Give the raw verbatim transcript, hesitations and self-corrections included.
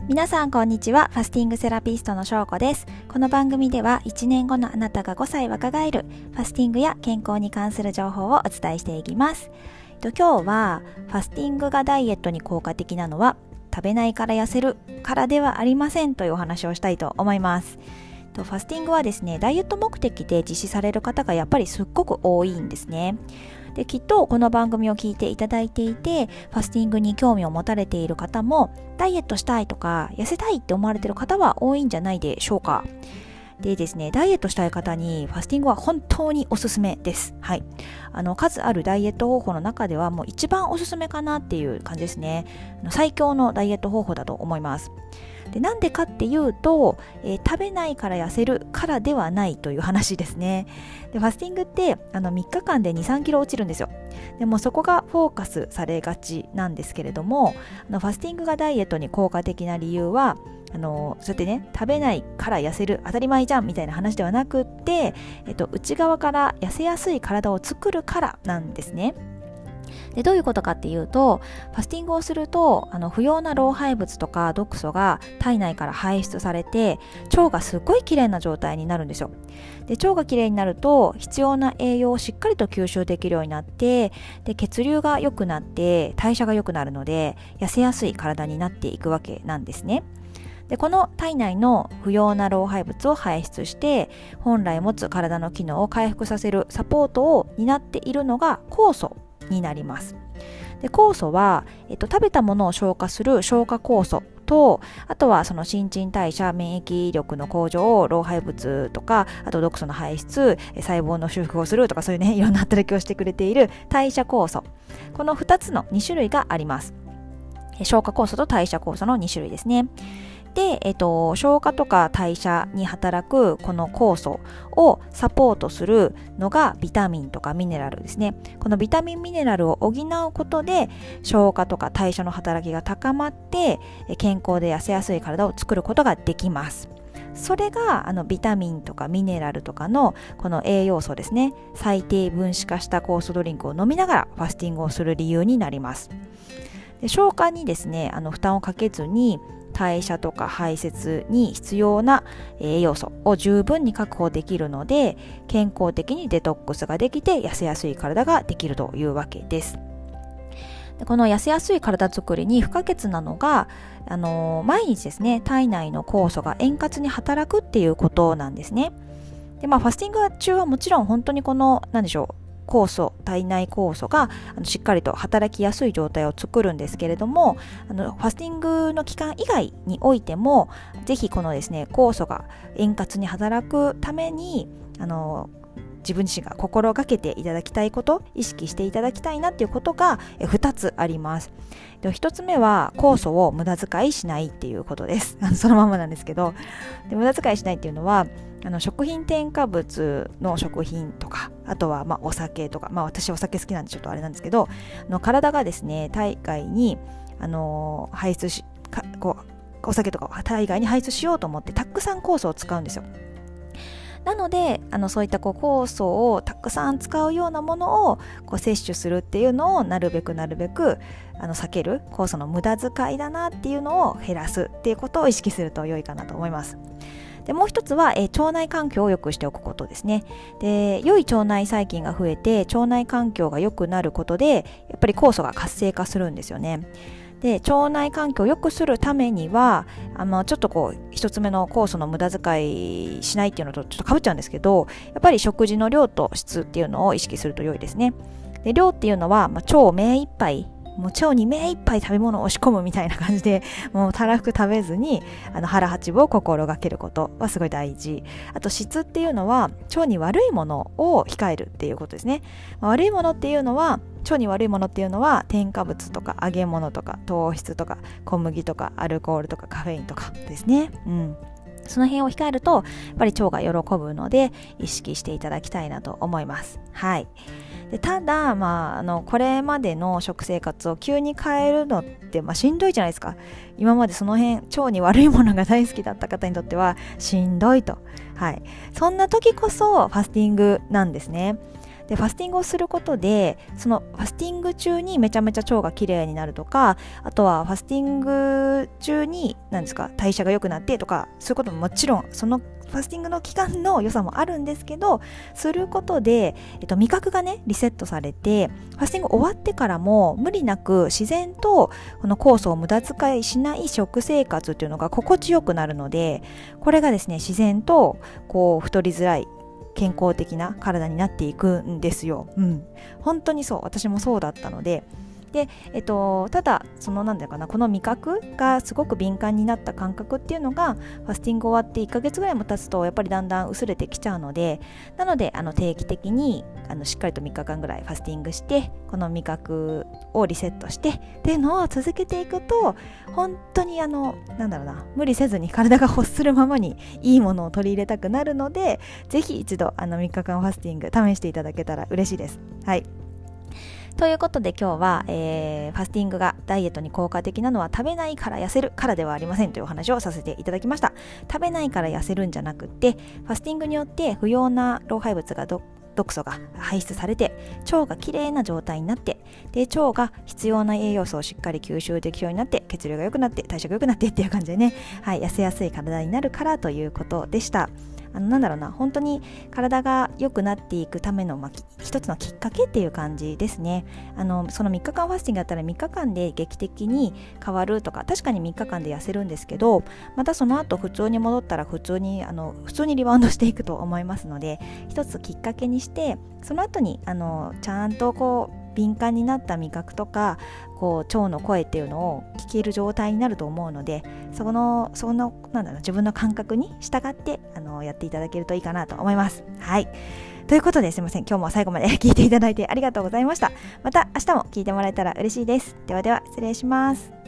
皆さんこんにちは。ファスティングセラピストのしょうこです。この番組ではいちねんごのあなたがごさい若返るファスティングや健康に関する情報をお伝えしていきます。今日はファスティングがダイエットに効果的なのは食べないから痩せるからではありませんというお話をしたいと思います。ファスティングはですね、ダイエット目的で実施される方がやっぱりすっごく多いんですね。できっとこの番組を聞いていただいていて、ファスティングに興味を持たれている方もダイエットしたいとか痩せたいって思われている方は多いんじゃないでしょうか。でですね、ダイエットしたい方にファスティングは本当におすすめです。はい。あの、数あるダイエット方法の中ではもう一番おすすめかなっていう感じですね。あの最強のダイエット方法だと思います。でなんでかっていうと、えー、食べないから痩せるからではないという話ですね。でファスティングってあのみっかかんでに、さんキロ落ちるんですよ。でもそこがフォーカスされがちなんですけれども、あのファスティングがダイエットに効果的な理由はあのそうやってね、食べないから痩せる当たり前じゃんみたいな話ではなくって、えっと、内側から痩せやすい体を作るからなんですね。でどういうことかっていうと、ファスティングをするとあの不要な老廃物とか毒素が体内から排出されて、腸がすっごいきれいな状態になるんですよ。で腸がきれいになると必要な栄養をしっかりと吸収できるようになって、で血流が良くなって代謝が良くなるので痩せやすい体になっていくわけなんですね。でこの体内の不要な老廃物を排出して本来持つ体の機能を回復させるサポートを担っているのが酵素になります。で酵素は、えっと、食べたものを消化する消化酵素と、あとはその新陳代謝、免疫力の向上、老廃物とか、あと毒素の排出、細胞の修復をするとか、そういうね、いろんな働きをしてくれている代謝酵素、このふたつのに種類があります。消化酵素と代謝酵素のに種類ですね。で、えっと、消化とか代謝に働くこの酵素をサポートするのがビタミンとかミネラルですね。このビタミンミネラルを補うことで消化とか代謝の働きが高まって健康で痩せやすい体を作ることができます。それがあのビタミンとかミネラルとかのこの栄養素ですね、最低分子化した酵素ドリンクを飲みながらファスティングをする理由になります。で消化にですね、あの負担をかけずに代謝とか排泄に必要な栄養素を十分に確保できるので、健康的にデトックスができて痩せやすい体ができるというわけです。でこの痩せやすい体作りに不可欠なのが、あのー、毎日ですね、体内の酵素が円滑に働くっていうことなんですね。で、まあ、ファスティング中はもちろん本当にこの何でしょう酵素、体内酵素があのしっかりと働きやすい状態を作るんですけれども、あのファスティングの期間以外においてもぜひこのですね、酵素が円滑に働くためにあの自分自身が心がけていただきたいこと、意識していただきたいなっていうことがふたつあります。でひとつめは酵素を無駄遣いしないっていうことです。そのままなんですけど、で無駄遣いしないっていうのはあの食品添加物の食品とか、あとはまあお酒とか、まあ私お酒好きなんでちょっとあれなんですけど、あの体がですね、体外にあの排出しかこうお酒とかを体外に排出しようと思ってたくさん酵素を使うんですよ。なのであのそういったこう酵素をたくさん使うようなものをこう摂取するっていうのをなるべくなるべくあの避ける、酵素の無駄遣いだなっていうのを減らすっていうことを意識すると良いかなと思います。でもう一つは、えー、腸内環境を良くしておくことですね。で良い腸内細菌が増えて腸内環境が良くなることでやっぱり酵素が活性化するんですよね。で腸内環境を良くするためにはあのちょっとこう一つ目の酵素の無駄遣いしないっていうのとちょっとかぶっちゃうんですけど、やっぱり食事の量と質っていうのを意識すると良いですね。で量っていうのは、まあ、腸を目いっぱいもう腸に目いっぱい食べ物を押し込むみたいな感じで、もうたらふく食べずにあの腹八分を心がけることはすごい大事。あと質っていうのは腸に悪いものを控えるっていうことですね。まあ、悪いものっていうのは腸に悪いものっていうのは添加物とか揚げ物とか糖質とか小麦とかアルコールとかカフェインとかですね。うん。その辺を控えるとやっぱり腸が喜ぶので意識していただきたいなと思います。はい。でただ、まあ、あのこれまでの食生活を急に変えるのって、まあ、しんどいじゃないですか。今までその辺腸に悪いものが大好きだった方にとってはしんどいと、はい、そんな時こそファスティングなんですね。 でファスティングをすることでそのファスティング中にめちゃめちゃ腸がきれいになるとか、あとはファスティング中に何ですか代謝が良くなってとか、そういうことももちろんそのファスティングの期間の良さもあるんですけど、することで、えっと、味覚がねリセットされて、ファスティング終わってからも無理なく自然とこの酵素を無駄遣いしない食生活っていうのが心地よくなるので、これがですね自然とこう太りづらい健康的な体になっていくんですよ。うん、本当にそう、私もそうだったので。で、えっと、ただそのなんだかなこの味覚がすごく敏感になった感覚っていうのがファスティング終わっていっかげつぐらいも経つとやっぱりだんだん薄れてきちゃうので、なのであの定期的にあのしっかりとみっかかんぐらいファスティングしてこの味覚をリセットしてっていうのを続けていくと、本当にあのなんだろうな無理せずに体が欲するままにいいものを取り入れたくなるので、ぜひ一度あのみっかかんファスティング試していただけたら嬉しいです。はい。ということで今日は、えー、ファスティングがダイエットに効果的なのは食べないから痩せるからではありませんというお話をさせていただきました。食べないから痩せるんじゃなくって、ファスティングによって不要な老廃物がど毒素が排出されて腸がきれいな状態になって、で腸が必要な栄養素をしっかり吸収できるようになって、血流が良くなって代謝が良くなってっていう感じでね、はい、痩せやすい体になるからということでした。あのなんだろうな本当に体が良くなっていくための、まあ、一つのきっかけっていう感じですね。あのそのみっかかんファスティングだったらみっかかんで劇的に変わるとか、確かにみっかかんで痩せるんですけど、またその後普通に戻ったら普通にあの普通にリバウンドしていくと思いますので、一つきっかけにしてその後にあのちゃんとこう敏感になった味覚とかこう腸の声っていうのを聞ける状態になると思うので、そこのそのなんだろう自分の感覚に従ってあのやっていただけるといいかなと思います。はい。ということですいません、今日も最後まで聞いていただいてありがとうございました。また明日も聞いてもらえたら嬉しいです。ではでは失礼します。